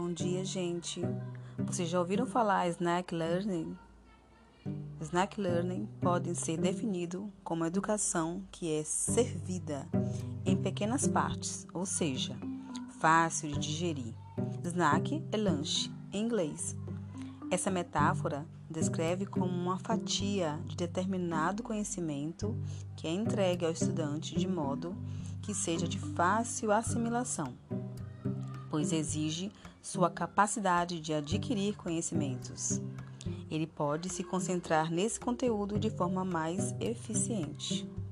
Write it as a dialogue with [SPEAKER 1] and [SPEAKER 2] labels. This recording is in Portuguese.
[SPEAKER 1] Bom dia, gente. Vocês já ouviram falar Snack Learning? Snack Learning pode ser definido como educação que é servida em pequenas partes, ou seja, fácil de digerir. Snack é lanche, em inglês. Essa metáfora descreve como uma fatia de determinado conhecimento que é entregue ao estudante de modo que seja de fácil assimilação, pois exige sua capacidade de adquirir conhecimentos. Ele pode se concentrar nesse conteúdo de forma mais eficiente.